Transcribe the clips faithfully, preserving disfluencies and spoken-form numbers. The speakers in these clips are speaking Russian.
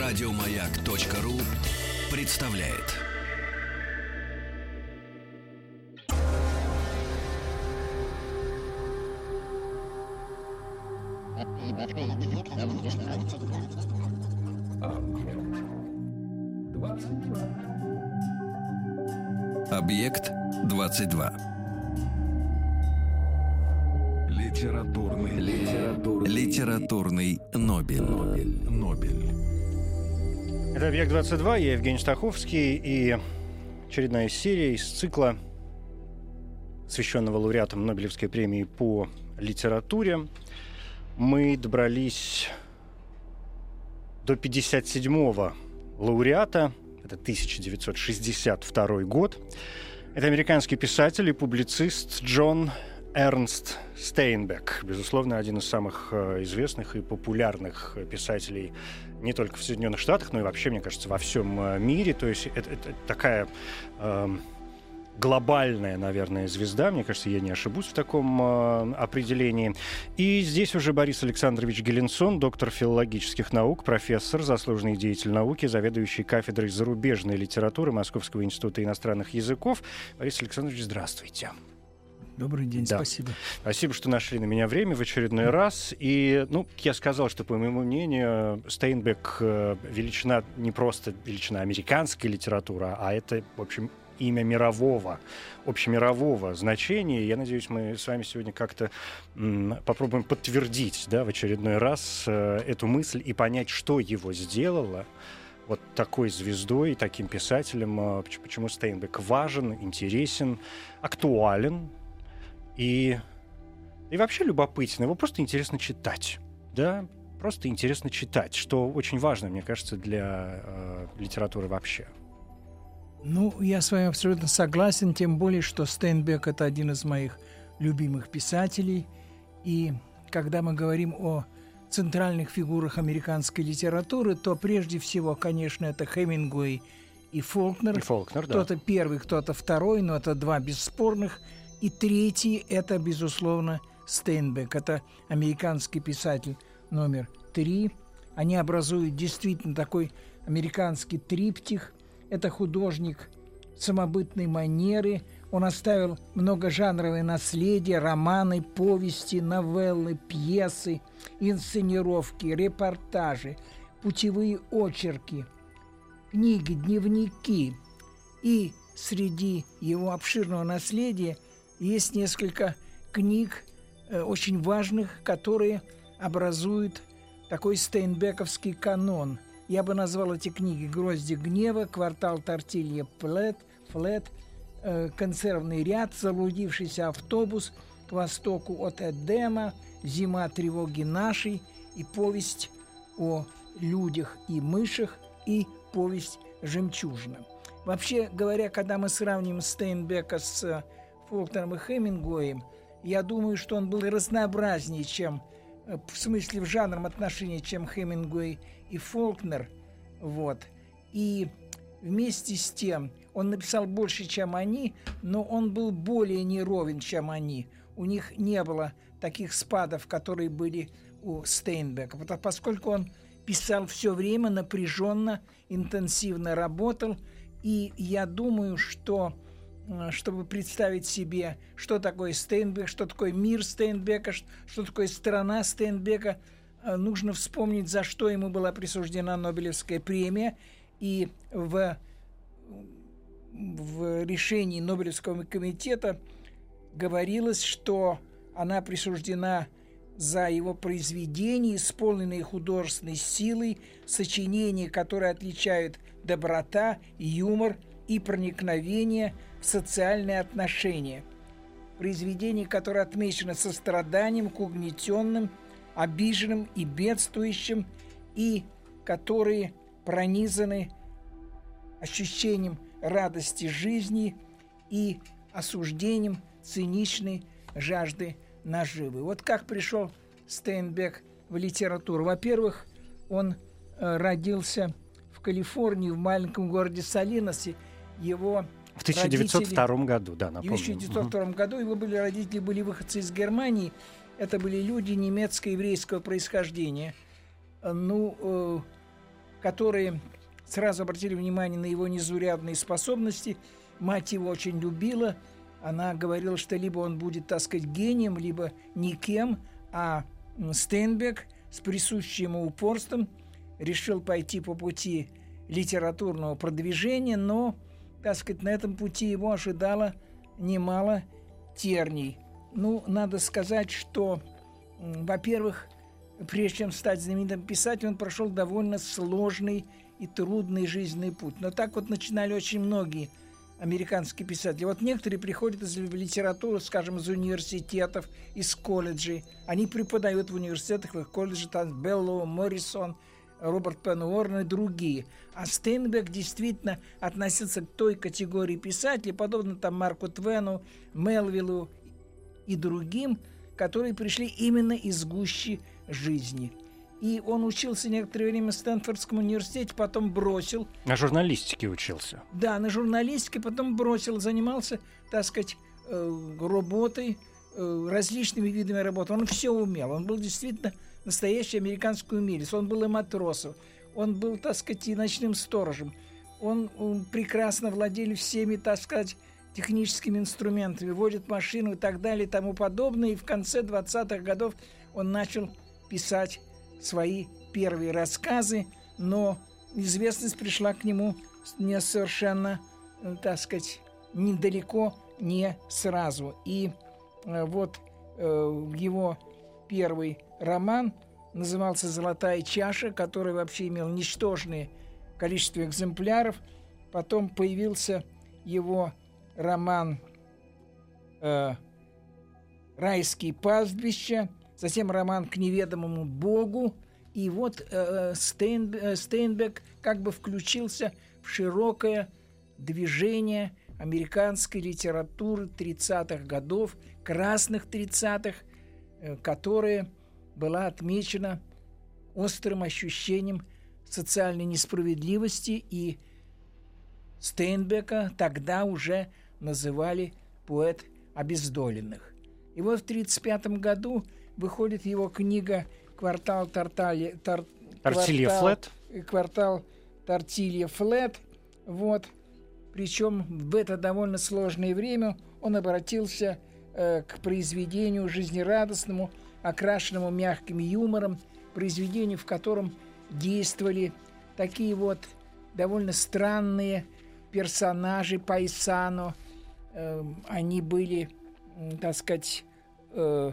Радиомаяк.ру представляет. Объект двадцать два. Литературный, литературный, литературный Нобель. Нобель. Нобель. Это «Объект двадцать два», я Евгений Стаховский, и очередная серия из цикла, посвященного лауреатам Нобелевской премии по литературе. Мы добрались до пятьдесят седьмого лауреата, это тысяча девятьсот шестьдесят второй год. Это американский писатель и публицист Джон Эрнст Стейнбек. Безусловно, один из самых известных и популярных писателей не только в Соединенных Штатах, но и вообще, мне кажется, во всем мире. То есть это, это такая э, глобальная, наверное, звезда. Мне кажется, я не ошибусь в таком э, определении. И здесь уже Борис Александрович Геленсон, доктор филологических наук, профессор, заслуженный деятель науки, заведующий кафедрой зарубежной литературы Московского института иностранных языков. Борис Александрович, здравствуйте. Добрый день, да. Спасибо. Спасибо, что нашли на меня время в очередной раз. И, ну, я сказал, что, по моему мнению, Стейнбек величина, не просто величина американской литературы, а это, в общем, имя мирового, общемирового значения. Я надеюсь, мы с вами сегодня как-то м, попробуем подтвердить, да, в очередной раз э, эту мысль и понять, что его сделало вот такой звездой, таким писателем, почему Стейнбек важен, интересен, актуален. И, и вообще любопытно, его просто интересно читать, да, просто интересно читать, что очень важно, мне кажется, для э, литературы вообще. Ну, я с вами абсолютно согласен, тем более, что Стейнбек – это один из моих любимых писателей, и когда мы говорим о центральных фигурах американской литературы, то прежде всего, конечно, это Хемингуэй и Фолкнер. И Фолкнер, да. Кто-то первый, кто-то второй, но это два бесспорных. И третий – это, безусловно, Стейнбек. Это американский писатель номер три. Они образуют действительно такой американский триптих. Это художник самобытной манеры. Он оставил многожанровое наследие, романы, повести, новеллы, пьесы, инсценировки, репортажи, путевые очерки, книги, дневники. И среди его обширного наследия есть несколько книг э, очень важных, которые образуют такой стейнбековский канон. Я бы назвал эти книги «Грозди гнева», «Квартал Тортилья Флет», «Флет», э, «Консервный ряд», «Заблудившийся автобус», «К востоку от Эдема», «Зима тревоги нашей» и повесть о людях и мышах и повесть «Жемчужина». Вообще говоря, когда мы сравним Стейнбека с Фолкнером и Хемингуэем, я думаю, что он был разнообразнее, чем в смысле в жанром отношений, чем Хемингуэй и Фолкнер. Вот. И вместе с тем он написал больше, чем они, но он был более неровен, чем они. У них не было таких спадов, которые были у Стейнбека. Поскольку он писал все время, напряженно, интенсивно работал. И я думаю, что чтобы представить себе, что такое Стейнбек, что такое мир Стейнбека, что такое страна Стейнбека, нужно вспомнить, за что ему была присуждена Нобелевская премия. И в, в решении Нобелевского комитета говорилось, что она присуждена за его произведения, исполненные художественной силой, сочинения, которые отличают доброта, юмор и проникновение в социальные отношения. Произведения, которые отмечены состраданием к угнетенным, обиженным и бедствующим, и которые пронизаны ощущением радости жизни и осуждением циничной жажды наживы. Вот как пришел Стейнбек в литературу. Во-первых, он э, родился в Калифорнии, в маленьком городе Салиносе. Его в тысяча девятьсот втором родители, году, да, напомню. В тысяча девятьсот втором угу. году его были, родители были выходцы из Германии. Это были люди немецко-еврейского происхождения. Ну, э, которые сразу обратили внимание на его незаурядные способности. Мать его очень любила. Она говорила, что либо он будет, так сказать, гением, либо никем. А Стейнбек с присущим ему упорством решил пойти по пути литературного продвижения, но, так сказать, на этом пути его ожидало немало терний. Ну, надо сказать, что, во-первых, прежде чем стать знаменитым писателем, он прошел довольно сложный и трудный жизненный путь. Но так вот начинали очень многие американские писатели. Вот некоторые приходят из литературы, скажем, из университетов, из колледжей. Они преподают в университетах, в их колледже, там Беллоу, Моррисон, Роберт Пен Уоррен и другие. А Стейнбек действительно относился к той категории писателей, подобно там Марку Твену, Мелвиллу и другим, которые пришли именно из гущи жизни. И он учился некоторое время в Стэнфордском университете, потом бросил. На журналистике учился. Да, на журналистике, потом бросил, занимался, так сказать, работой, различными видами работы. Он все умел. Он был действительно настоящий американский умелец. Он был и матросом, он был, так сказать, и ночным сторожем. Он, он прекрасно владел всеми, так сказать, техническими инструментами, водит машину и так далее и тому подобное. И в конце двадцатых годов он начал писать свои первые рассказы, но известность пришла к нему не совершенно, так сказать, недалеко, не сразу. И э, вот э, его первый роман назывался «Золотая чаша», который вообще имел ничтожное количество экземпляров. Потом появился его роман э, «Райские пастбища», затем роман «К неведомому Богу». И вот э, Стейн, э, Стейнбек как бы включился в широкое движение американской литературы тридцатых годов, красных тридцатых, э, которая была отмечена острым ощущением социальной несправедливости, и Стейнбека тогда уже называли поэт обездоленных. И вот в тридцать пятом году выходит его книга «Квартал Тарталья, Тар, Тортилья Флет». «Квартал Тортилья Флет». Вот. Причем в это довольно сложное время он обратился э, к произведению жизнерадостному, окрашенному мягким юмором, произведению, в котором действовали такие вот довольно странные персонажи Пайсано. Э, они были, э, так сказать, э,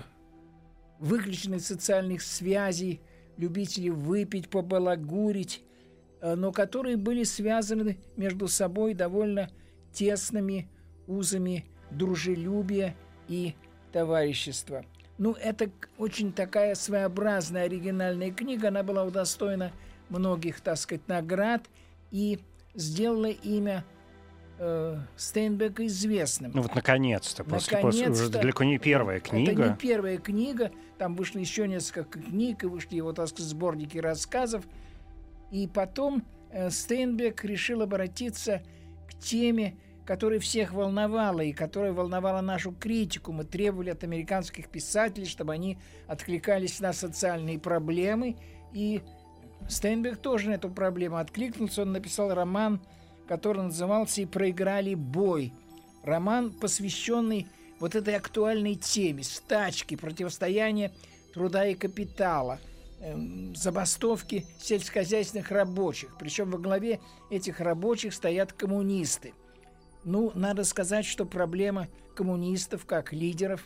выключены из социальных связей, любители выпить, побалагурить, э, но которые были связаны между собой довольно тесными узами дружелюбия и товарищества. Ну, это очень такая своеобразная оригинальная книга. Она была удостоена многих, так сказать, наград и сделала имя э, Стейнбека известным. Ну вот наконец-то, после, наконец-то, после уже далеко не первая книга. Это не первая книга, там вышло еще несколько книг, и вышли его, так сказать, сборники рассказов. И потом э, Стейнбек решил обратиться к теме, которая всех волновала и которая волновала нашу критику. Мы требовали от американских писателей, чтобы они откликались на социальные проблемы. И Стейнбек тоже на эту проблему откликнулся. Он написал роман, который назывался «И проиграли бой». Роман, посвященный вот этой актуальной теме стачки, противостояния труда и капитала, э, забастовки сельскохозяйственных рабочих. Причем во главе этих рабочих стоят коммунисты. Ну, надо сказать, что проблема коммунистов как лидеров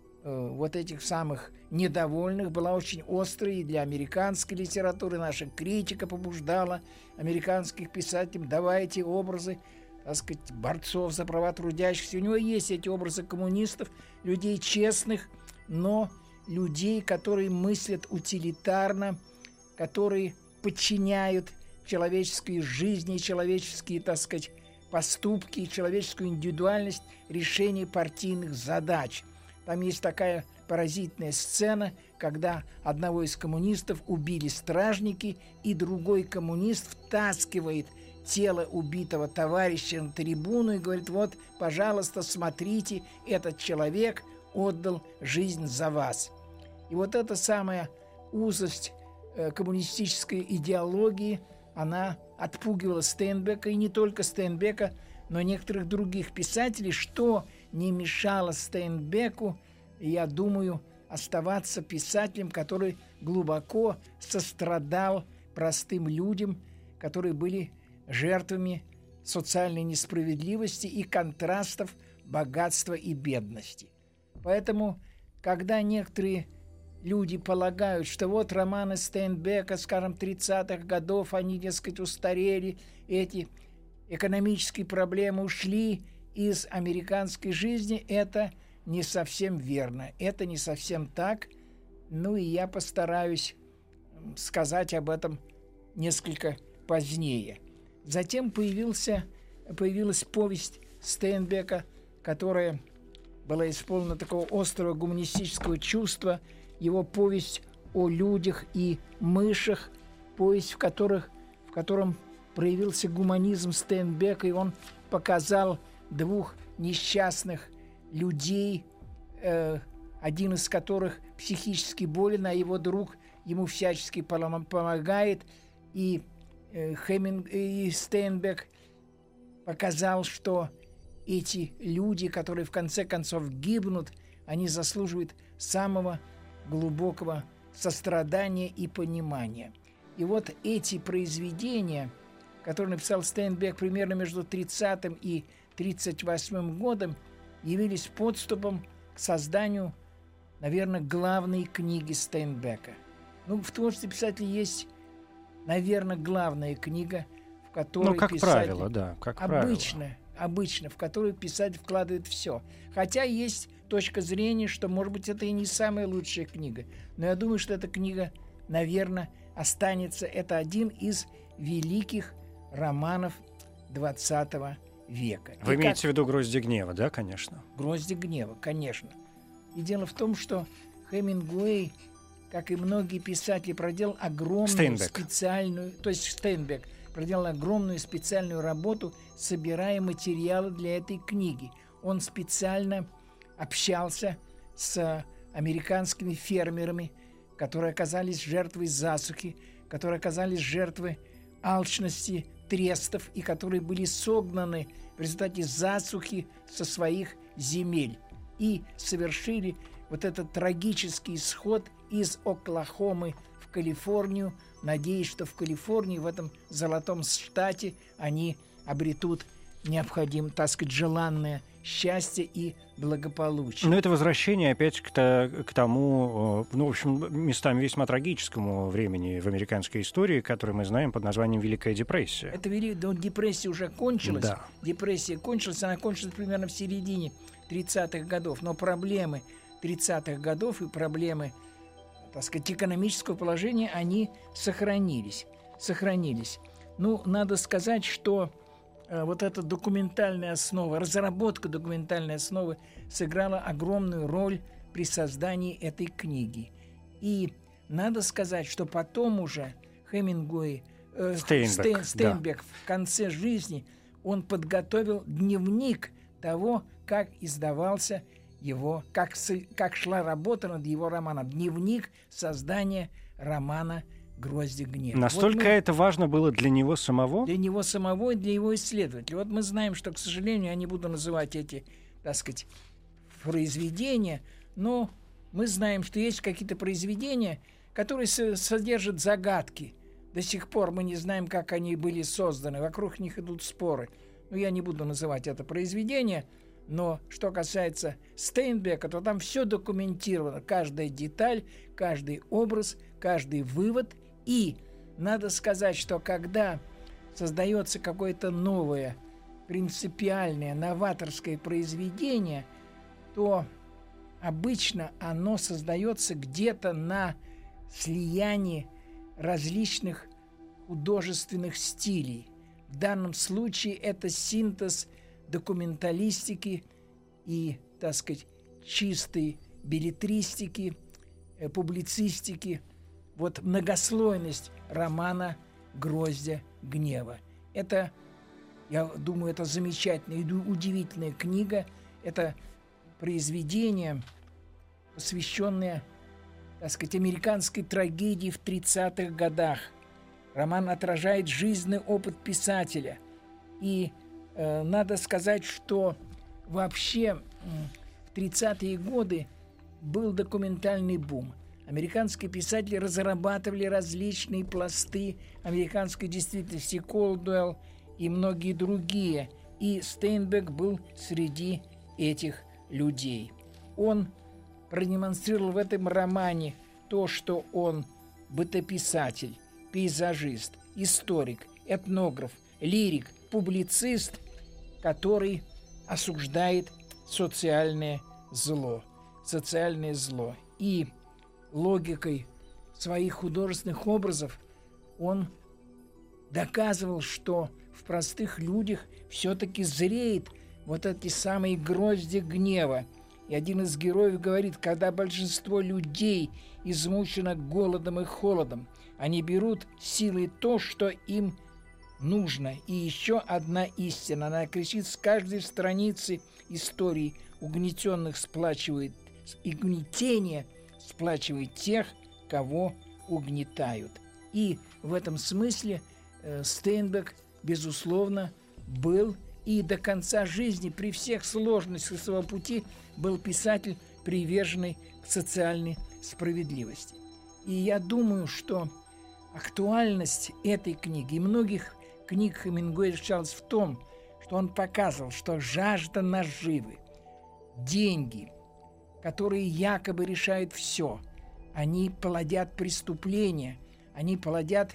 э, вот этих самых недовольных была очень острой и для американской литературы. Наша критика побуждала американских писателей: давайте образы, так сказать, борцов за права трудящихся. У него есть эти образы коммунистов, людей честных, но людей, которые мыслят утилитарно, которые подчиняют человеческой жизни, человеческие, так сказать, поступки, человеческую индивидуальность, решение партийных задач. Там есть такая поразительная сцена, когда одного из коммунистов убили стражники, и другой коммунист втаскивает тело убитого товарища на трибуну и говорит: вот, пожалуйста, смотрите, этот человек отдал жизнь за вас. И вот эта самая узость э, коммунистической идеологии, она отпугивала Стейнбека, и не только Стейнбека, но и некоторых других писателей, что не мешало Стейнбеку, я думаю, оставаться писателем, который глубоко сострадал простым людям, которые были жертвами социальной несправедливости и контрастов богатства и бедности. Поэтому, когда некоторые люди полагают, что вот романы Стейнбека, скажем, тридцатых годов, они, дескать, устарели, эти экономические проблемы ушли из американской жизни, это не совсем верно, это не совсем так. Ну и я постараюсь сказать об этом несколько позднее. Затем появился, появилась повесть Стейнбека, которая была исполнена такого острого гуманистического чувства, его повесть о людях и мышах, повесть, в, которых, в котором проявился гуманизм Стейнбека, и он показал двух несчастных людей, э, один из которых психически болен, а его друг ему всячески помогает. И, э, Хеминг, и Стейнбек показал, что эти люди, которые в конце концов гибнут, они заслуживают самого глубокого сострадания и понимания. И вот эти произведения, которые написал Стейнбек примерно между тридцатым и тридцать восьмым годом, явились подступом к созданию, наверное, главной книги Стейнбека. Ну, в творчестве писателя есть, наверное, главная книга, в которой ну, как писатель... правило, да, как обычно, правило. обычно, в которую писатель вкладывает все. Хотя есть точка зрения, что, может быть, это и не самая лучшая книга. Но я думаю, что эта книга, наверное, останется. Это один из великих романов двадцатого века. Вы и имеете как... в виду «Грозди гнева», да, конечно? «Грозди гнева», конечно. И дело в том, что Хемингуэй, как и многие писатели, проделал огромную Стейнбек. специальную... То есть Стейнбек проделал огромную специальную работу, собирая материалы для этой книги. Он специально общался с американскими фермерами, которые оказались жертвой засухи, которые оказались жертвой алчности трестов и которые были согнаны в результате засухи со своих земель и совершили вот этот трагический исход из Оклахомы в Калифорнию, надеясь, что в Калифорнии, в этом золотом штате, они обретут необходимое, так сказать, желанное счастье и благополучие. Но это возвращение опять к, то, к тому, ну, в общем, местами весьма трагическому времени в американской истории, который мы знаем под названием Великая депрессия. Это ну, депрессия уже кончилась. Да. Депрессия кончилась, она кончилась примерно в середине тридцатых годов. Но проблемы тридцатых годов и проблемы, так сказать, экономического положения, они сохранились. Сохранились. Ну, надо сказать, что вот эта документальная основа, разработка документальной основы сыграла огромную роль при создании этой книги. И надо сказать, что потом уже Хемингуэй, э, Стейнбек, Стейн, Стейнбек да. в конце жизни, он подготовил дневник того, как издавался его, как, как шла работа над его романом. Дневник создания романа «Грозди гнева». Настолько вот мы, это важно было для него самого? Для него самого и для его исследователей. Вот мы знаем, что, к сожалению, я не буду называть эти, так сказать, произведения, но мы знаем, что есть какие-то произведения, которые содержат загадки. До сих пор мы не знаем, как они были созданы. Вокруг них идут споры. Но я не буду называть это произведение. Но что касается Стейнбека, то там все документировано. Каждая деталь, каждый образ, каждый вывод. И надо сказать, что когда создается какое-то новое, принципиальное, новаторское произведение, то обычно оно создается где-то на слиянии различных художественных стилей. В данном случае это синтез документалистики и, так сказать, чистой беллетристики, э, публицистики, вот многослойность романа «Гроздья гнева». Это, я думаю, это замечательная и удивительная книга. Это произведение, посвященное, так сказать, американской трагедии в тридцатых годах. Роман отражает жизненный опыт писателя. И э, надо сказать, что вообще в тридцатые годы был документальный бум. Американские писатели разрабатывали различные пласты американской действительности, Колдуэлл и многие другие. И Стейнбек был среди этих людей. Он продемонстрировал в этом романе то, что он бытописатель, пейзажист, историк, этнограф, лирик, публицист, который осуждает социальное зло. Социальное зло. И логикой своих художественных образов он доказывал, что в простых людях все-таки зреет вот эти самые грозди гнева. И один из героев говорит, когда большинство людей измучено голодом и холодом, они берут силой то, что им нужно. И еще одна истина. Она кричит с каждой страницы истории. Угнетенных сплачивает, угнетение сплачивает тех, кого угнетают. И в этом смысле э, Стейнбек, безусловно, был и до конца жизни при всех сложностях своего пути был писатель, приверженный к социальной справедливости. И я думаю, что актуальность этой книги и многих книг Хемингуэя заключалась в том, что он показывал, что жажда наживы, деньги, которые якобы решают все, они плодят преступления, они плодят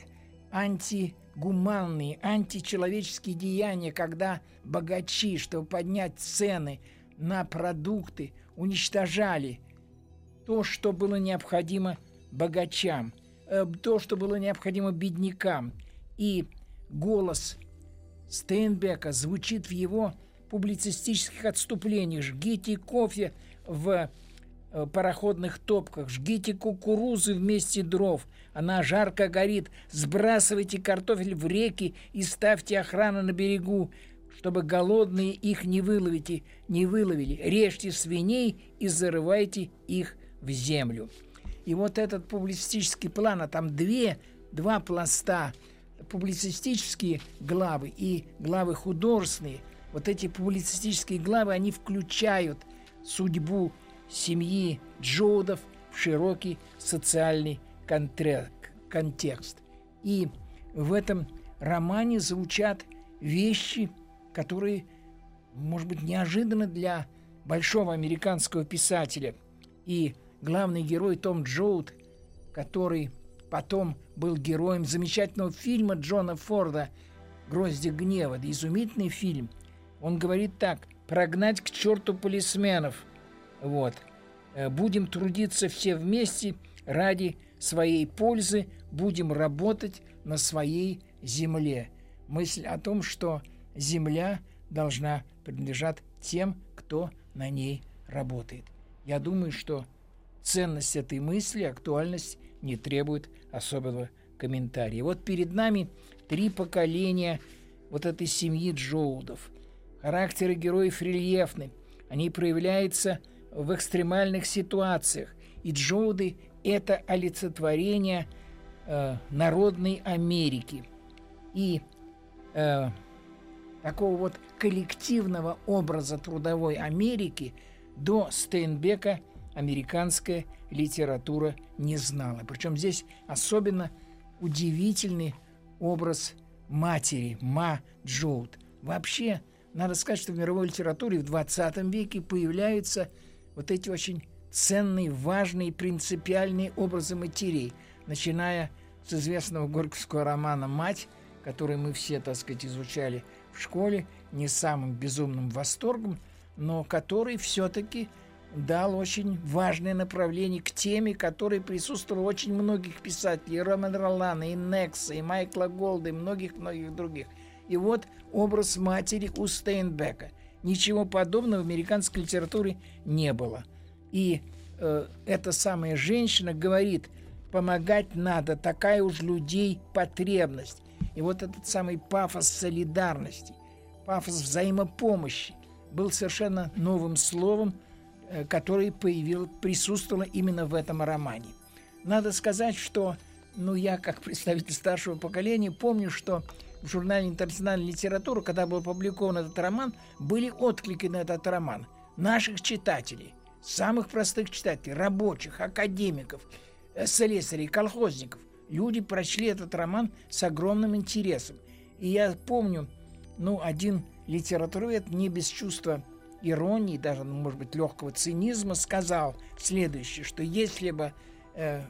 антигуманные, античеловеческие деяния, когда богачи, чтобы поднять цены на продукты, уничтожали то, что было необходимо богачам, то, что было необходимо беднякам. И голос Стейнбека звучит в его публицистических отступлениях. Жгите кофе в пароходных топках, жгите кукурузы вместе дров, она жарко горит, сбрасывайте картофель в реки и ставьте охрану на берегу, чтобы голодные их не выловите, не выловили. Режьте свиней и зарывайте их в землю. И вот этот публицистический план, а там две, два пласта, публицистические главы и главы художественные. Вот эти публицистические главы, они включают судьбу семьи Джоудов в широкий социальный контекст. И в этом романе звучат вещи, которые, может быть, неожиданны для большого американского писателя. И главный герой Том Джоуд, который потом был героем замечательного фильма Джона Форда «Грозди гнева», да, изумительный фильм. Он говорит так: «Прогнать к черту полисменов. Вот. Будем трудиться все вместе ради своей пользы, будем работать на своей земле». Мысль о том, что земля должна принадлежать тем, кто на ней работает. Я думаю, что ценность этой мысли, актуальность не требует особого комментария. Вот перед нами три поколения вот этой семьи Джоудов. Характеры героев рельефны. Они проявляются в экстремальных ситуациях. И Джоуды – это олицетворение э, народной Америки. И э, такого вот коллективного образа трудовой Америки до Стейнбека американская литература не знала. Причем здесь особенно удивительный образ матери, Ма Джоуд. Вообще, надо сказать, что в мировой литературе в двадцатом веке появляются вот эти очень ценные, важные, принципиальные образы матерей, начиная с известного горьковского романа «Мать», который мы все, так сказать, изучали в школе, не самым безумным восторгом, но который все-таки дал очень важное направление к теме, которой присутствовало очень многих писателей, и Романа Ролана, и Некса, и Майкла Голда, и многих-многих других. И вот образ матери у Стейнбека. Ничего подобного в американской литературе не было. И э, эта самая женщина говорит: помогать надо, такая уж людей потребность. И вот этот самый пафос солидарности, пафос взаимопомощи был совершенно новым словом, э, которое появилось, присутствовало именно в этом романе. Надо сказать, что ну, я, как представитель старшего поколения, помню, что в журнале «Интернациональная литература», когда был опубликован этот роман, были отклики на этот роман наших читателей, самых простых читателей, рабочих, академиков, слесарей, колхозников. Люди прочли этот роман с огромным интересом. И я помню, ну, один литературовед не без чувства иронии, даже, ну, может быть, легкого цинизма, сказал следующее, что если бы э,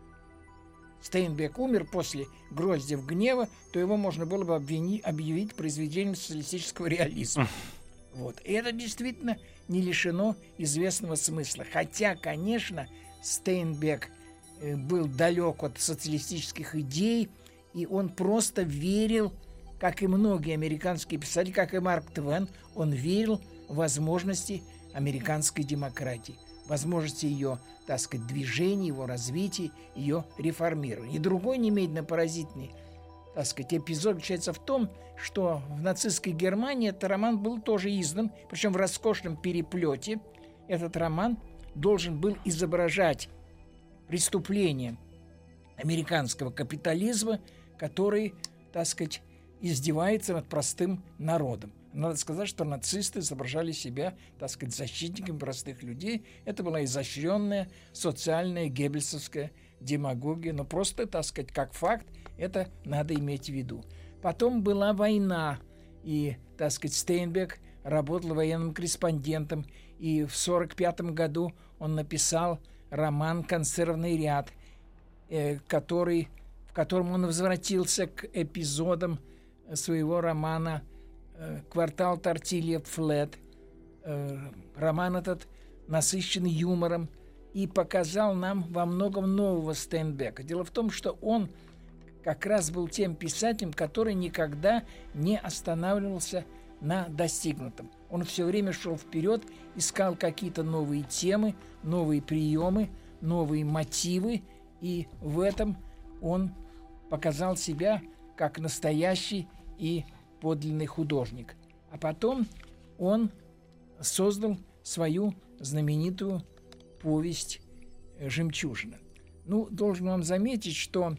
Стейнбек умер после «Гроздьев гнева», то его можно было бы обвини, объявить произведением социалистического реализма. Вот. И это действительно не лишено известного смысла. Хотя, конечно, Стейнбек э, был далек от социалистических идей, и он просто верил, как и многие американские писатели, как и Марк Твен, он верил в возможности американской демократии, возможности ее, так сказать, движения, его развития, ее реформирования. И другой немедленно поразительный, так сказать, эпизод заключается в том, что в нацистской Германии этот роман был тоже издан, причем в роскошном переплете. Этот роман должен был изображать преступление американского капитализма, который, так сказать, издевается над простым народом. Надо сказать, что нацисты изображали себя, так сказать, защитниками простых людей. Это была изощренная социальная геббельсовская демагогия, но просто, так сказать, как факт, это надо иметь в виду. Потом была война, и, так сказать, Стейнбек работал военным корреспондентом, и в сорок пятом году он написал роман «Консервный ряд», э, который, в котором он возвратился к эпизодам своего романа «Квартал Тортилья Флет». Роман этот насыщен юмором и показал нам во многом нового Стейнбека. Дело в том, что он как раз был тем писателем, который никогда не останавливался на достигнутом. Он все время шел вперед, искал какие-то новые темы, новые приемы, новые мотивы, и в этом он показал себя как настоящий и подлинный художник. А потом он создал свою знаменитую повесть «Жемчужина». Ну, должен вам заметить, что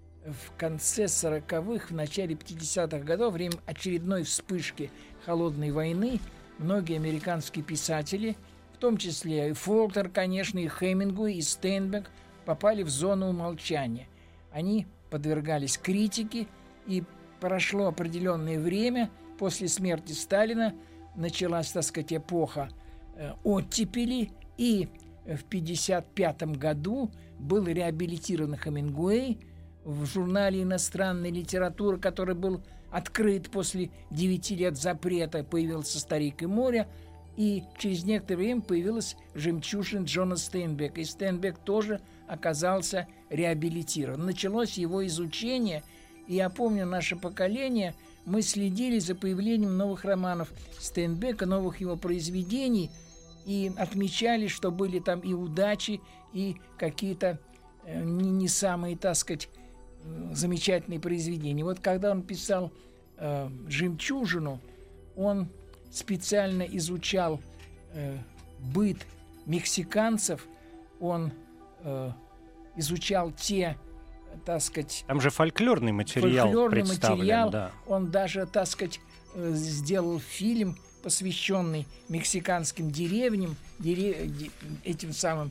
в конце сороковых, в начале пятидесятых годов, во время очередной вспышки холодной войны, многие американские писатели, в том числе и Фолтер, конечно, и Хемингуэй, и Стейнбек, попали в зону умолчания. Они подвергались критике, и прошло определенное время, после смерти Сталина началась, так сказать, эпоха э, оттепели, и в пятьдесят пятом году был реабилитирован Хемингуэй в журнале «Иностранная литература», который был открыт после девяти лет запрета, появился «Старик и море», и через некоторое время появилась «Жемчужина» Джона Стейнбека, и Стейнбек тоже оказался реабилитирован. Началось его изучение, и я помню, наше поколение, мы следили за появлением новых романов Стейнбека, новых его произведений, и отмечали, что были там и удачи, и какие-то э, не, не самые, так сказать, замечательные произведения. Вот когда он писал э, «Жемчужину», он специально изучал э, быт мексиканцев, он э, изучал те, так сказать... Там же фольклорный материал фольклорный представлен, материал. Да. Он даже, так сказать, э, сделал фильм, посвященный мексиканским деревням, дерев... этим самым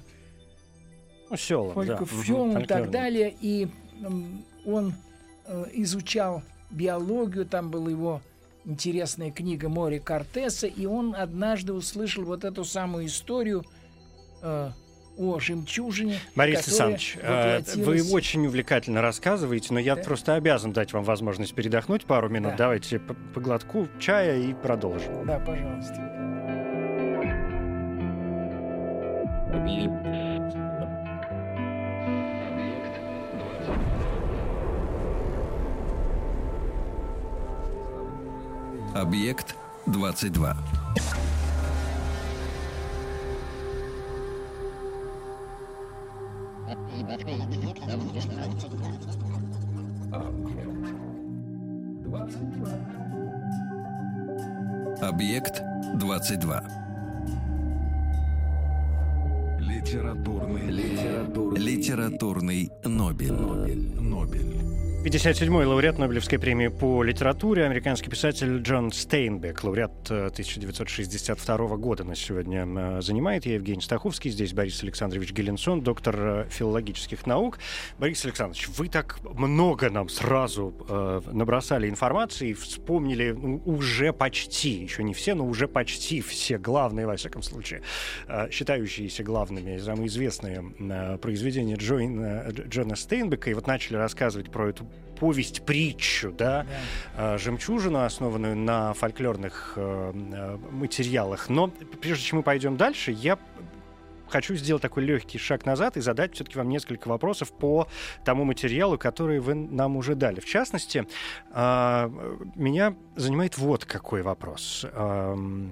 ну, селам, фольк... да. селам угу, и так далее. И э, он э, изучал биологию, там была его интересная книга «Море Кортеса», и он однажды услышал вот эту самую историю э, о жемчужине. Борис Александрович, воплотилась... вы очень увлекательно рассказываете, но я да? просто обязан дать вам возможность передохнуть пару минут. Да. Давайте по, по глотку чая и продолжим. Да, пожалуйста. Объект двадцать два. Объект двадцать два. Литературный, литературный, литературный Нобель. Нобель. Нобель. пятьдесят седьмой лауреат Нобелевской премии по литературе, американский писатель Джон Стейнбек, лауреат тысяча девятьсот шестьдесят второго года нас сегодня занимает. Я Евгений Стаховский, здесь Борис Александрович Геленсон, доктор филологических наук. Борис Александрович, вы так много нам сразу э, набросали информации, вспомнили ну, уже почти, еще не все, но уже почти все главные, во всяком случае, э, считающиеся главными, самые известные э, произведения Джона, Джона Стейнбека, и вот начали рассказывать про эту повесть-притчу, да, yeah. жемчужину, основанную на фольклорных э, материалах. Но прежде чем мы пойдем дальше, я хочу сделать такой легкий шаг назад и задать все-таки вам несколько вопросов по тому материалу, который вы нам уже дали. В частности, э, меня занимает вот какой вопрос. Э,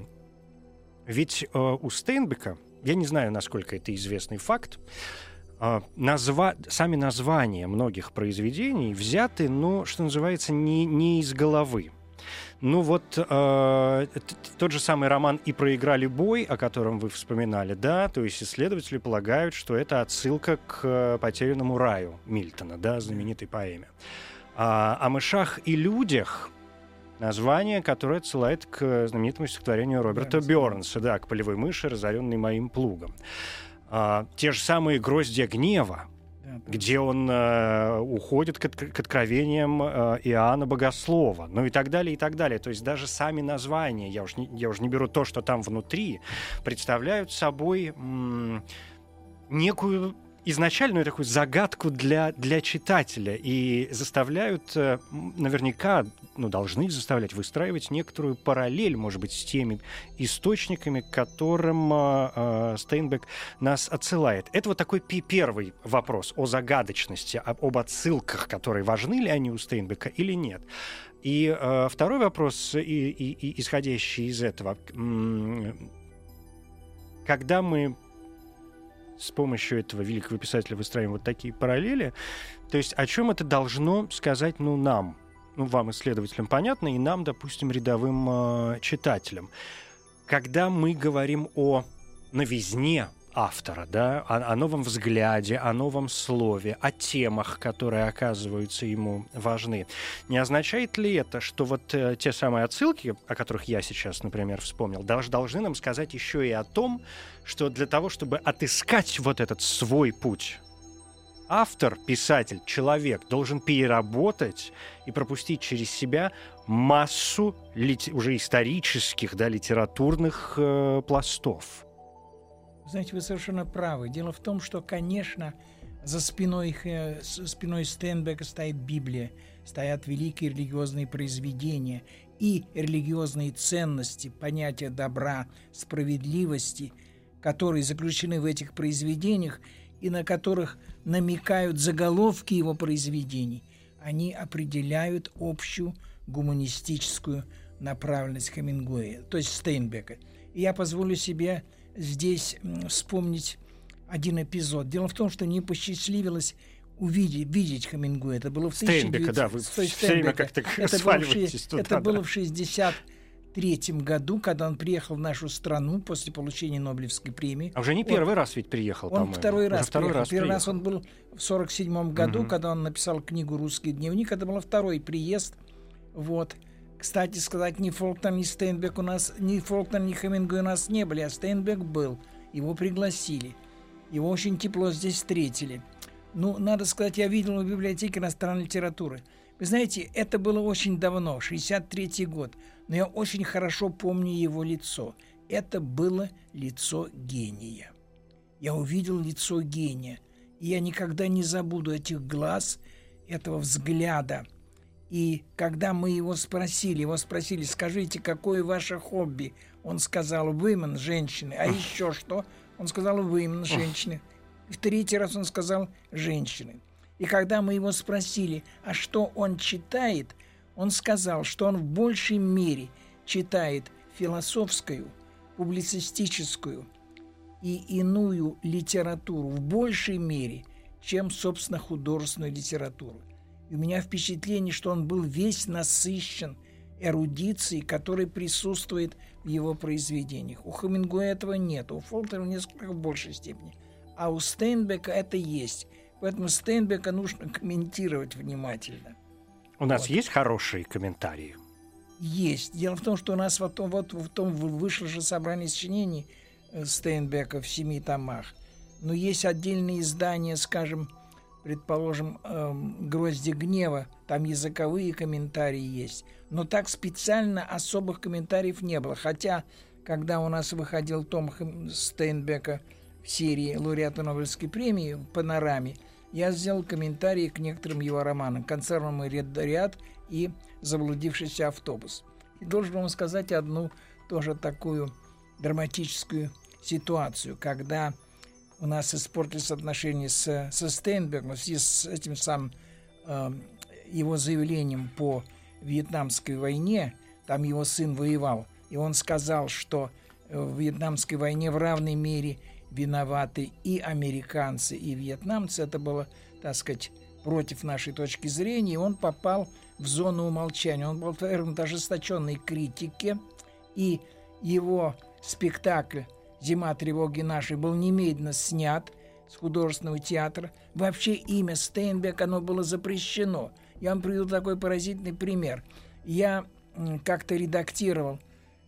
ведь э, у Стейнбека, я не знаю, насколько это известный факт, Назва... Сами названия многих произведений взяты, ну, что называется, не, не из головы. Ну вот э, тот же самый роман «И проиграли бой», о котором вы вспоминали, да, то есть исследователи полагают, что это отсылка к «Потерянному раю» Мильтона, да, знаменитой поэме. А, о «Мышах и людях» название, которое отсылает к знаменитому стихотворению Роберта Бёрнса, да, к полевой мыши, разоренной моим плугом. Uh, те же самые «Гроздья гнева», да, где он uh, уходит к, к откровениям uh, Иоанна Богослова, ну и так далее, и так далее. То есть даже сами названия, я уж не, я уж не беру то, что там внутри, представляют собой м- некую изначальную такую загадку для, для читателя и заставляют, наверняка, ну, должны заставлять выстраивать некоторую параллель, может быть, с теми источниками, к которым э, Стейнбек нас отсылает. Это вот такой первый вопрос о загадочности, об, об отсылках, которые важны ли они у Стейнбека или нет. И э, второй вопрос, и, и, и, исходящий из этого. Когда мы с помощью этого великого писателя выстраиваем вот такие параллели, то есть о чем это должно сказать, ну, нам, ну, вам, исследователям, понятно, и нам, допустим, рядовым э, читателям. Когда мы говорим о новизне автора, да, о, о новом взгляде, о новом слове, о темах, которые оказываются ему важны, не означает ли это, что вот э, те самые отсылки, о которых я сейчас, например, вспомнил, долж, должны нам сказать еще и о том, что для того, чтобы отыскать вот этот свой путь, автор, писатель, человек должен переработать и пропустить через себя массу лит- уже исторических, да, литературных э, пластов. Знаете, вы совершенно правы. Дело в том, что, конечно, за спиной, э, спиной Стейнбека стоит Библия, стоят великие религиозные произведения и религиозные ценности, понятия добра, справедливости, которые заключены в этих произведениях и на которых намекают заголовки его произведений. Они определяют общую гуманистическую направленность Хемингуэя, то есть Стейнбека. И я позволю себе здесь вспомнить один эпизод. Дело в том, что мне посчастливилось увидеть, видеть Хемингуэя. Это было в Стейнбека, да, вы все время как-то сваливаетесь туда. Это было в шестьдесят третьем году, когда он приехал в нашу страну после получения Нобелевской премии. А уже не первый он, раз ведь приехал, он по-моему. Он второй раз второй приехал. Раз Первый приехал. раз он был в сорок седьмом году, угу. когда он написал книгу «Русский дневник». Это был второй приезд. Вот. Кстати сказать, ни Фолкнер, ни Стейнбек у нас, ни Фолкнер, ни Хемингуэй у нас не были, а Стейнбек был. Его пригласили. Его очень тепло здесь встретили. Ну, надо сказать, я видел в библиотеке иностранной литературы. Вы знаете, это было очень давно, шестьдесят третий год, но я очень хорошо помню его лицо. Это было лицо гения. Я увидел лицо гения, и я никогда не забуду этих глаз, этого взгляда. И когда мы его спросили, его спросили, скажите, какое ваше хобби? Он сказал, women, женщины. А еще что? Он сказал, women, женщины. И в третий раз он сказал, женщины. И когда мы его спросили, а что он читает, он сказал, что он в большей мере читает философскую, публицистическую и иную литературу в большей мере, чем, собственно, художественную литературу. И у меня впечатление, что он был весь насыщен эрудицией, которая присутствует в его произведениях. У Хемингуэя этого нет, у Фолкнера в несколько большей степени. А у Стейнбека это есть. Поэтому Стейнбека нужно комментировать внимательно. У нас Вот. есть хорошие комментарии? Есть. Дело в том, что у нас вот, вот в том вышло же собрание сочинений Стейнбека в семи томах. Но есть отдельные издания, скажем, предположим, эм, «Грозди гнева», там языковые комментарии есть. Но так специально особых комментариев не было. Хотя, когда у нас выходил том Стейнбека в серии «Лауреата Нобелевской премии» в «Панораме», я сделал комментарии к некоторым его романам «Консервный ряд» и «Заблудившийся автобус». И должен вам сказать одну тоже такую драматическую ситуацию, когда у нас испортились отношения с, со Стейнбеком в связи с этим самым э, его заявлением по Вьетнамской войне. Там его сын воевал, и он сказал, что в Вьетнамской войне в равной мере виноваты и американцы, и вьетнамцы. Это было, так сказать, против нашей точки зрения, и он попал в зону умолчания. Он был подвергнут ожесточенной критике, и его спектакль «Зима тревоги нашей» был немедленно снят с художественного театра. Вообще имя Стейнбек, оно было запрещено. Я вам приведу такой поразительный пример. Я как-то редактировал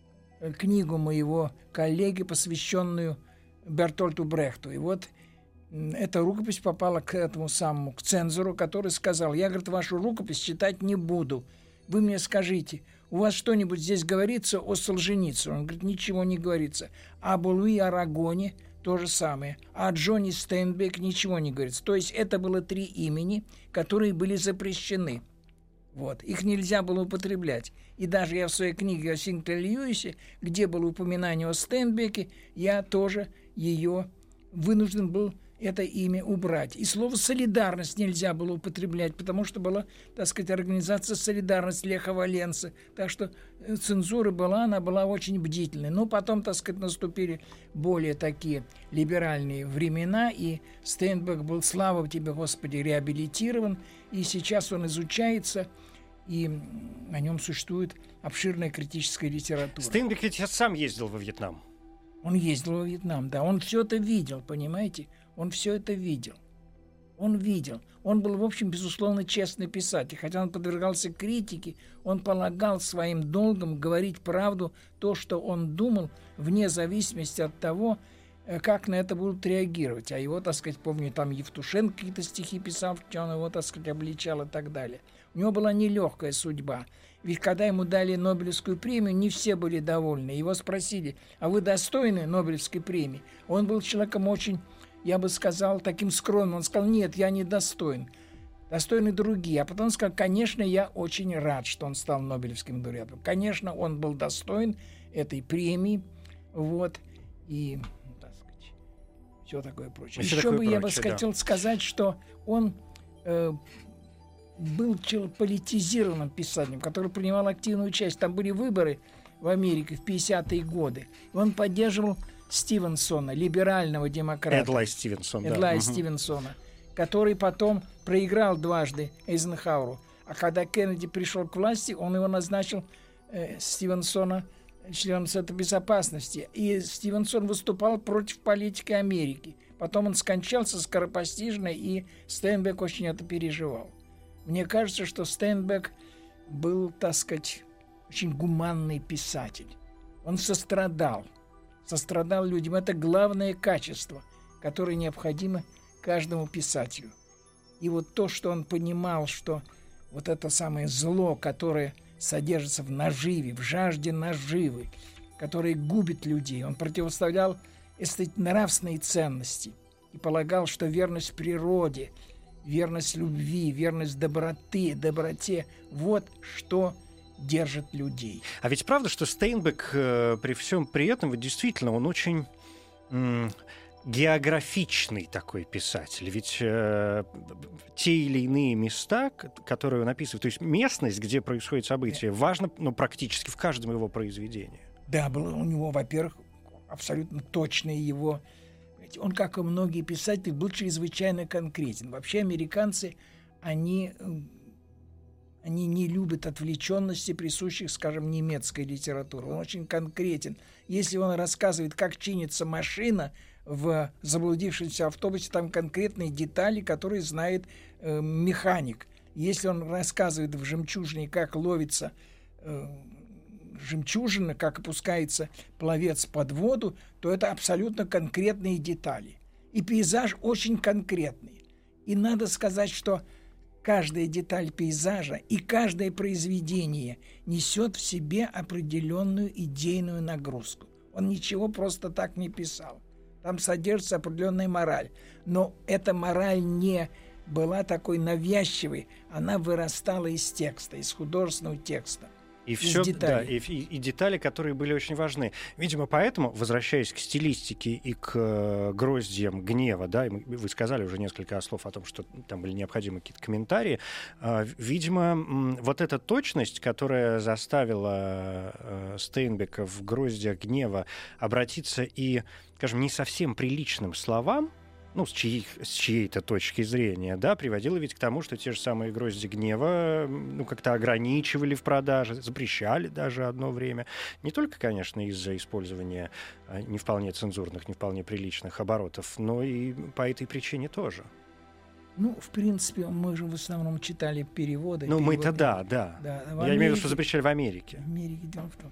книгу моего коллеги, посвященную Бертольту Брехту. И вот эта рукопись попала к этому самому, к цензору, который сказал: я, говорит, вашу рукопись читать не буду. Вы мне скажите, у вас что-нибудь здесь говорится о Солженицыне? Он говорит, ничего не говорится. Об Луи Арагоне то же самое. А о Джонни Стейнбек ничего не говорится. То есть это было три имени, которые были запрещены. Вот. Их нельзя было употреблять. И даже я в своей книге о Синкле Льюисе, где было упоминание о Стейнбеке, я тоже ее вынужден был это имя убрать. И слово «солидарность» нельзя было употреблять, потому что была, так сказать, организация «Солидарность» Леха Валенсы. Так что цензура была, она была очень бдительной. Но потом, так сказать, наступили более такие либеральные времена, и Стейнбек был, слава тебе, Господи, реабилитирован, и сейчас он изучается, и на нем существует обширная критическая литература. Стейнбек ведь сам ездил во Вьетнам. Он ездил во Вьетнам, да. Он все это видел, понимаете? Он все это видел. Он видел. Он был, в общем, безусловно, честный писатель. Хотя он подвергался критике, он полагал своим долгом говорить правду, то, что он думал, вне зависимости от того, как на это будут реагировать. А его, так сказать, помню, там Евтушенко какие-то стихи писал, что он его, так сказать, обличал и так далее. У него была нелегкая судьба. Ведь когда ему дали Нобелевскую премию, не все были довольны. Его спросили, а вы достойны Нобелевской премии? Он был человеком очень, я бы сказал, таким скромным. Он сказал, нет, я не достоин. Достойны другие. А потом сказал, конечно, я очень рад, что он стал Нобелевским лауреатом. Конечно, он был достоин этой премии. Вот. И, так сказать, все такое прочее. Еще такое бы прочее, я бы да. хотел сказать, что он... Э, был политизированным писателем, который принимал активную участие. Там были выборы в Америке в пятидесятые годы. И он поддерживал Стивенсона, либерального демократа. Эдлай Стивенсон, да. Эдлай Угу. Стивенсона, который потом проиграл дважды Эйзенхауэру. А когда Кеннеди пришел к власти, он его назначил, э, Стивенсона, членом Совета Безопасности. И Стивенсон выступал против политики Америки. Потом он скончался скоропостижно, и Стейнбек очень это переживал. Мне кажется, что Стейнбек был, так сказать, очень гуманный писатель. Он сострадал. Сострадал людям. Это главное качество, которое необходимо каждому писателю. И вот то, что он понимал, что вот это самое зло, которое содержится в наживе, в жажде наживы, которое губит людей, он противоставлял нравственные ценности и полагал, что верность природе, верность любви, верность доброты, доброте – вот что держит людей. А ведь правда, что Стейнбек э, при всем при этом, вот действительно, он очень м, географичный такой писатель. Ведь э, те или иные места, которые он описывает, то есть местность, где происходит событие, важно, ну, практически в каждом его произведении. Да, было у него, во-первых, абсолютно точные его... Он, как и многие писатели, был чрезвычайно конкретен. Вообще американцы, они, они не любят отвлеченности, присущих, скажем, немецкой литературе. Он очень конкретен. Если он рассказывает, как чинится машина в заблудившемся автобусе, там конкретные детали, которые знает э, механик. Если он рассказывает в «Жемчужине», как ловится э, жемчужина, как опускается пловец под воду, то это абсолютно конкретные детали. И пейзаж очень конкретный. И надо сказать, что каждая деталь пейзажа и каждое произведение несет в себе определенную идейную нагрузку. Он ничего просто так не писал. Там содержится определенная мораль. Но эта мораль не была такой навязчивой, она вырастала из текста, из художественного текста. И все, да, и, и, и детали, которые были очень важны. Видимо, поэтому, возвращаясь к стилистике и к э, гроздьям гнева, да, и мы, вы сказали уже несколько слов о том, что там были необходимы какие-то комментарии, э, видимо, м, вот эта точность, которая заставила э, Стейнбека в «Гроздьях гнева» обратиться и, скажем, не совсем приличным словам, ну, с, чьей, с чьей-то точки зрения, да, приводило ведь к тому, что те же самые «Грозди гнева», ну, как-то ограничивали в продаже, запрещали даже одно время. Не только, конечно, из-за использования не вполне цензурных, не вполне приличных оборотов, но и по этой причине тоже. Ну, в принципе, мы же в основном читали переводы. Ну, переводы. мы-то да, да. да Я Америке, имею в виду, что запрещали в Америке. В Америке дело в том.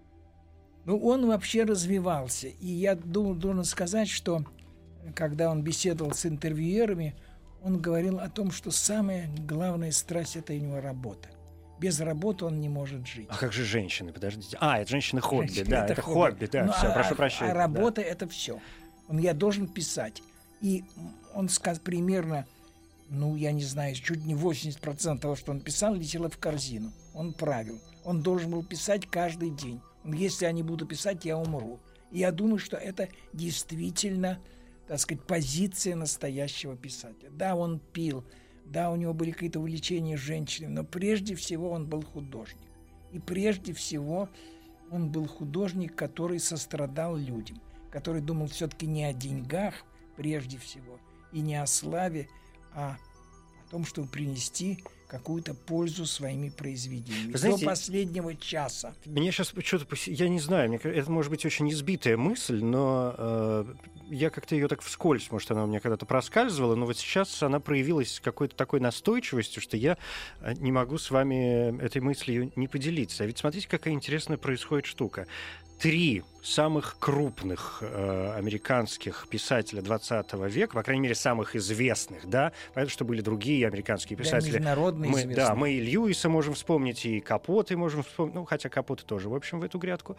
Ну, он вообще развивался. И я думаю, должен сказать, что когда он беседовал с интервьюерами, он говорил о том, что самая главная страсть — это у него работа. Без работы он не может жить. А как же женщины? Подождите. А, это женщины-хобби, женщины, да, это, это хобби, хобби да, ну, все, а, прошу а, прощения. А работа — да. это все. Он, я должен писать. И он сказал примерно, ну, я не знаю, чуть не восемьдесят процентов того, что он писал, летело в корзину. Он правил. Он должен был писать каждый день. Если я не буду писать, я умру. И я думаю, что это действительно, так сказать, позиция настоящего писателя. Да, он пил, да, у него были какие-то увлечения с женщинами, но прежде всего он был художник. И прежде всего он был художник, который сострадал людям, который думал все-таки не о деньгах прежде всего, и не о славе, а о том, чтобы принести какую-то пользу своими произведениями. Вы знаете, до последнего часа. Мне сейчас что-то... Я не знаю, мне, это может быть очень избитая мысль, но э, я как-то ее так вскользь, может, она у меня когда-то проскальзывала, но вот сейчас она проявилась какой-то такой настойчивостью, что я не могу с вами этой мыслью не поделиться. А ведь смотрите, какая интересная происходит штука. Три самых крупных э, американских писателя двадцатого века, по крайней мере, самых известных, да, понятно, что были другие американские писатели. Да, международно мы, известные. Да, мы и Льюиса можем вспомнить, и Капоты можем вспомнить, ну, хотя Капоты тоже, в общем, в эту грядку.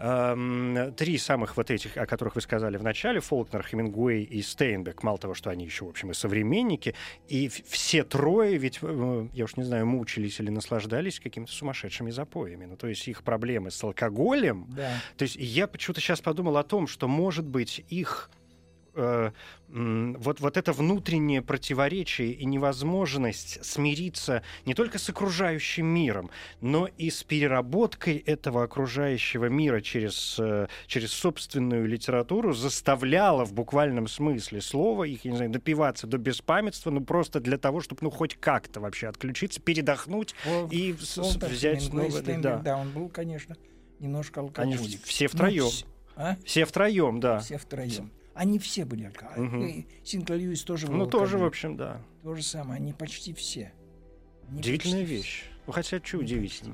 Эм, три самых вот этих, о которых вы сказали в начале, Фолкнер, Хемингуэй и Стейнбек, мало того, что они еще, в общем, и современники, и все трое ведь, э, я уж не знаю, мучились или наслаждались какими-то сумасшедшими запоями. Ну, то есть их проблемы с алкоголем, да. То есть я почему-то сейчас подумал о том, что, может быть, их э, э, вот, вот это внутреннее противоречие и невозможность смириться не только с окружающим миром, но и с переработкой этого окружающего мира через, э, через собственную литературу заставляла в буквальном смысле слова их, я не знаю, допиваться до беспамятства, ну просто для того, чтобы ну хоть как-то вообще отключиться, передохнуть Ол, и Олтер, взять новое. Да. да, он был, конечно, немножко алкоголик. Они все втроем. Ну, а? Все втроем, да. Все втроем. Они все были алкоголики. Угу. Синклер Льюис тоже был Ну, алкоголик. тоже, в общем, да. То же самое. Они почти все. Они удивительная почти вещь. Все. Ну, хотя, что удивительно.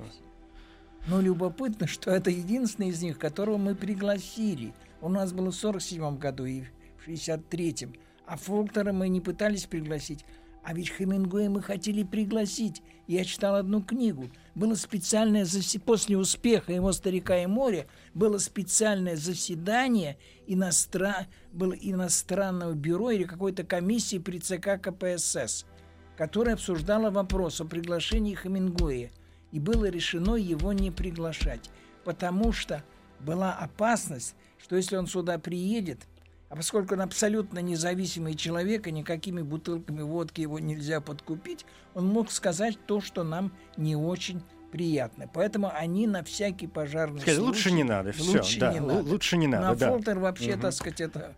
Но любопытно, что это единственный из них, которого мы пригласили. У нас было в сорок седьмом году и в шестьдесят третьем. А Фолкнера мы не пытались пригласить. А ведь Хемингуэя мы хотели пригласить. Я читал одну книгу. Было специальное заседание, после успеха его «Старика и море», было специальное заседание иностран... было иностранного бюро или какой-то комиссии при ЦК КПСС, которая обсуждала вопрос о приглашении Хемингуэя. И было решено его не приглашать, потому что была опасность, что если он сюда приедет, а поскольку он абсолютно независимый человек, и никакими бутылками водки его нельзя подкупить, он мог сказать то, что нам не очень приятно. Поэтому они на всякий пожарный Скажи, случай... Лучше не надо, все. Лучше да, не л- надо. Лучше не надо, На да. Фолкнер вообще, угу. так сказать, это...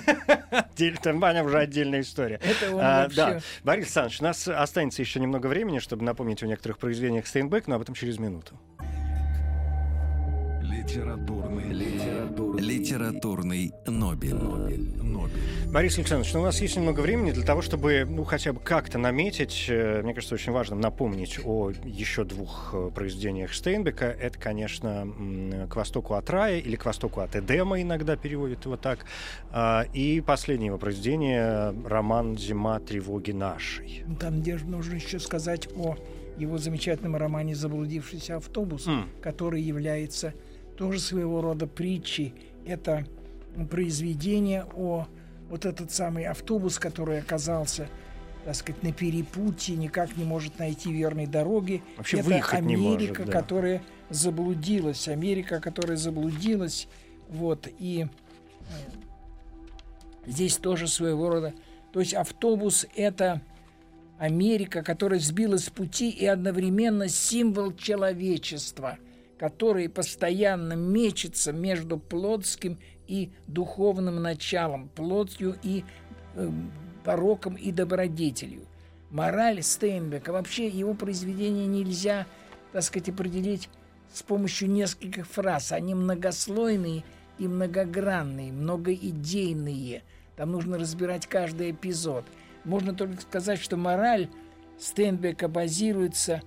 Там, Ваня, уже отдельная история. Это он а, вообще... Да. Борис Александрович, у нас останется еще немного времени, чтобы напомнить о некоторых произведениях Стейнбека, но об этом через минуту. Литературный, литературный, литературный Нобель. Нобель. Нобель. Борис Александрович, ну, у нас есть немного времени для того, чтобы, ну, хотя бы как-то наметить. Мне кажется, очень важно напомнить о еще двух произведениях Стейнбека. Это, конечно, «К востоку от рая» или «К востоку от Эдема», иногда переводят его так. И последнее его произведение — роман «Зима тревоги нашей». Там где нужно еще сказать о его замечательном романе «Заблудившийся автобус», mm. который является тоже своего рода притчей. Это произведение о вот этот самый автобус, который оказался, так сказать, на перепутье, никак не может найти верной дороги. Вообще это выехать Америка, не может, да. которая заблудилась. Америка, которая заблудилась. Вот, и здесь тоже своего рода. То есть автобус — это Америка, которая сбилась с пути и одновременно символ человечества, который постоянно мечется между плотским и духовным началом, плотью и э, пороком и добродетелью. Мораль Стейнбека, вообще его произведения нельзя, так сказать, определить с помощью нескольких фраз. Они многослойные и многогранные, многоидейные. Там нужно разбирать каждый эпизод. Можно только сказать, что мораль Стейнбека базируется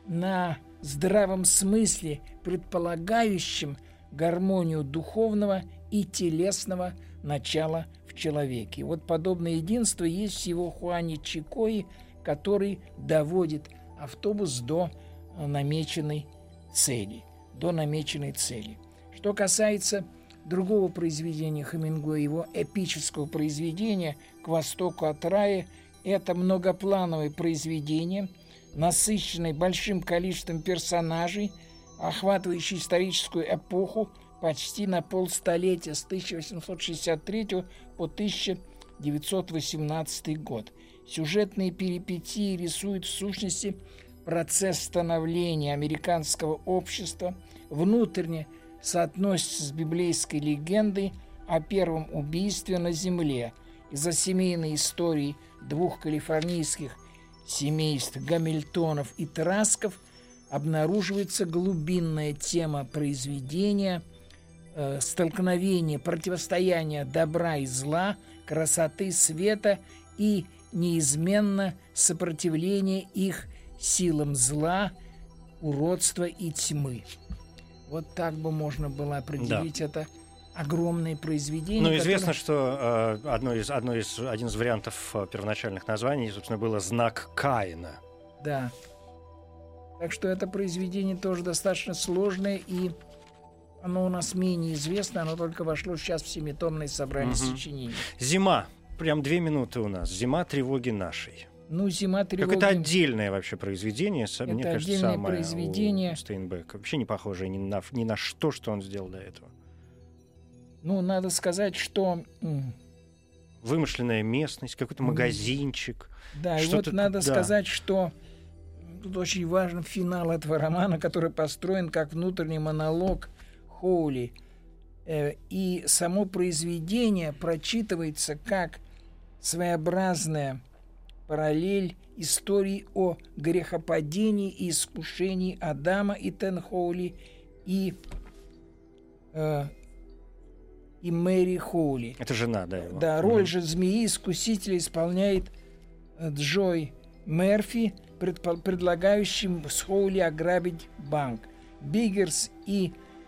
на здравом смысле, предполагающем гармонию духовного и телесного начала в человеке. Вот подобное единство есть в его Хуане Чикои, который доводит автобус до намеченной цели. До намеченной цели. Что касается другого произведения Хемингуэя, его эпического произведения «К востоку от рая», это многоплановое произведение, насыщенное большим количеством персонажей, охватывающее историческую эпоху почти на полстолетия, с тысяча восемьсот шестьдесят третьего по тысяча девятьсот восемнадцатый год. Сюжетные перипетии рисуют в сущности процесс становления американского общества, внутренне соотносится с библейской легендой о первом убийстве на земле. Из-за семейной истории двух калифорнийских семейств Гамильтонов и Трасков обнаруживается глубинная тема произведения, э, столкновение, противостояние добра и зла, красоты, света и неизменно сопротивление их силам зла, уродства и тьмы. Вот так бы можно было определить да. это огромное произведение. Ну, которое... известно, что э, одно из, одно из, один из вариантов э, первоначальных названий, собственно, было «Знак Каина». Да. Так что это произведение тоже достаточно сложное, и оно у нас менее известно, оно только вошло сейчас в семитомное собрание угу. сочинений. «Зима». Прям две минуты у нас. «Зима тревоги нашей». Ну, «Зима тревоги». Как это отдельное вообще произведение, это мне кажется, самое произведение. У Стейнбека. Вообще не похожее ни на, ни на что, что он сделал до этого. Ну, надо сказать, что... Вымышленная местность, какой-то магазинчик. Да, и вот надо да. сказать, что тут очень важен финал этого романа, который построен как внутренний монолог Хоули. И само произведение прочитывается как своеобразная параллель истории о грехопадении и искушении Адама и Тен Хоули и, э, и Мэри Хоули. Это жена, да, его. Да, роль mm-hmm. же змеи-искусителя исполняет Джой Мерфи, предпо- предлагающим с Хоули ограбить банк. Биггерс и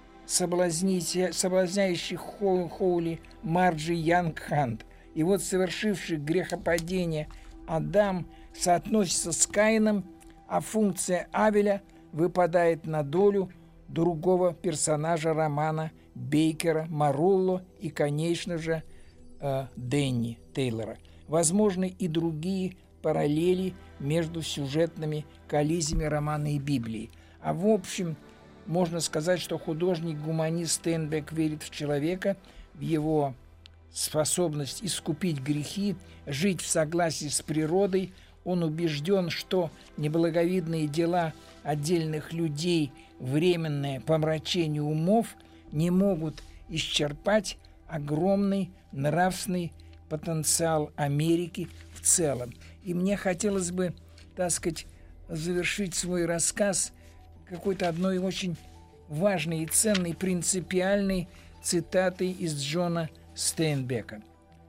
соблазняющий Хо- Хоули Марджи Янг Хант. И вот совершивший грехопадение Адам соотносится с Каином, а функция Авеля выпадает на долю другого персонажа романа Бейкера, Марулло и, конечно же, э, Дэнни Тейлора. Возможны и другие параллели между сюжетными коллизиями романа и Библии. А в общем, можно сказать, что художник-гуманист Стейнбек верит в человека, в его способность искупить грехи, жить в согласии с природой. Он убежден, что неблаговидные дела отдельных людей, временное помрачение умов не могут исчерпать огромный нравственный потенциал Америки в целом. И мне хотелось бы, так сказать, завершить свой рассказ какой-то одной очень важной и ценной принципиальной цитатой из Джона Стейнбека.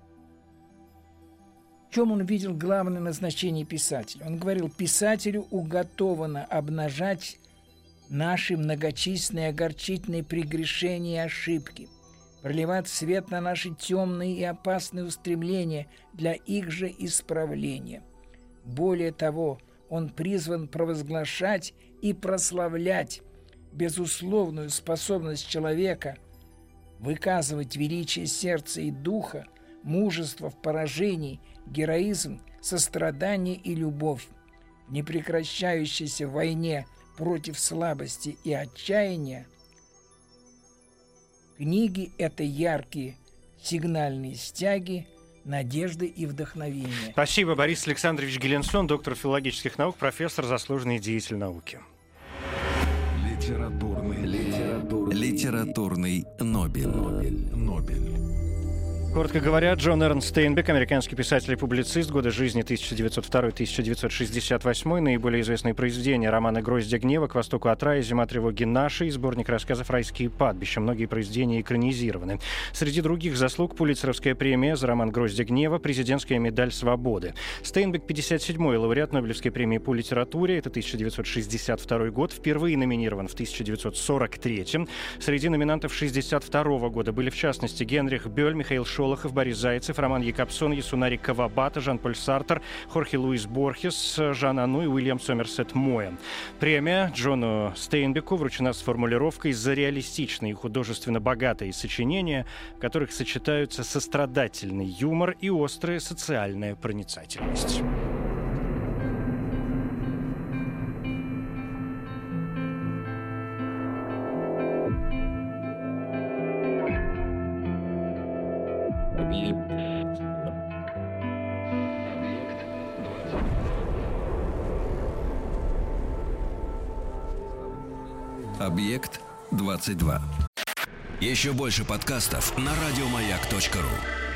В чем он видел главное назначение писателя? Он говорил: писателю уготовано обнажать наши многочисленные огорчительные прегрешения и ошибки, проливать свет на наши темные и опасные устремления для их же исправления. Более того, он призван провозглашать и прославлять безусловную способность человека выказывать величие сердца и духа, мужество в поражении, героизм, сострадание и любовь. В непрекращающейся войне против слабости и отчаяния книги — это яркие сигнальные стяги надежды и вдохновения. Спасибо. Борис Александрович Геленсон, доктор филологических наук, профессор, заслуженный деятель науки. Литературный, литературный, литературный Нобель. Нобель. Нобель. Коротко говоря, Джон Эрнст Стейнбек, американский писатель и публицист, годы жизни тысяча девятьсот второй — тысяча девятьсот шестьдесят восьмой, наиболее известные произведения: романы «Гроздья гнева», «К востоку от рая», «Зима тревоги нашей», сборник рассказов «Райские падбища». Многие произведения экранизированы. Среди других заслуг Пулитцеровская премия за роман «Гроздья гнева», президентская медаль свободы. Стейнбек пятьдесят седьмой лауреат Нобелевской премии по литературе, это тысяча девятьсот шестьдесят второй год, впервые номинирован в тысяча девятьсот сорок третьем. Среди номинантов шестьдесят второго года были, в частности, Генрих Бёль, Михаил Шолохов, Борис Зайцев, Роман Якобсон, Ясунари Кавабата, Жан-Поль Сартер, Хорхе Луис Борхес, Жан Ану и Уильям Сомерсет Моэм. Премия Джону Стейнбеку вручена с формулировкой «за реалистичные и художественно богатые сочинения, в которых сочетаются сострадательный юмор и острая социальная проницательность». Объект двадцать два. Еще больше подкастов на радиомаяк точка ру.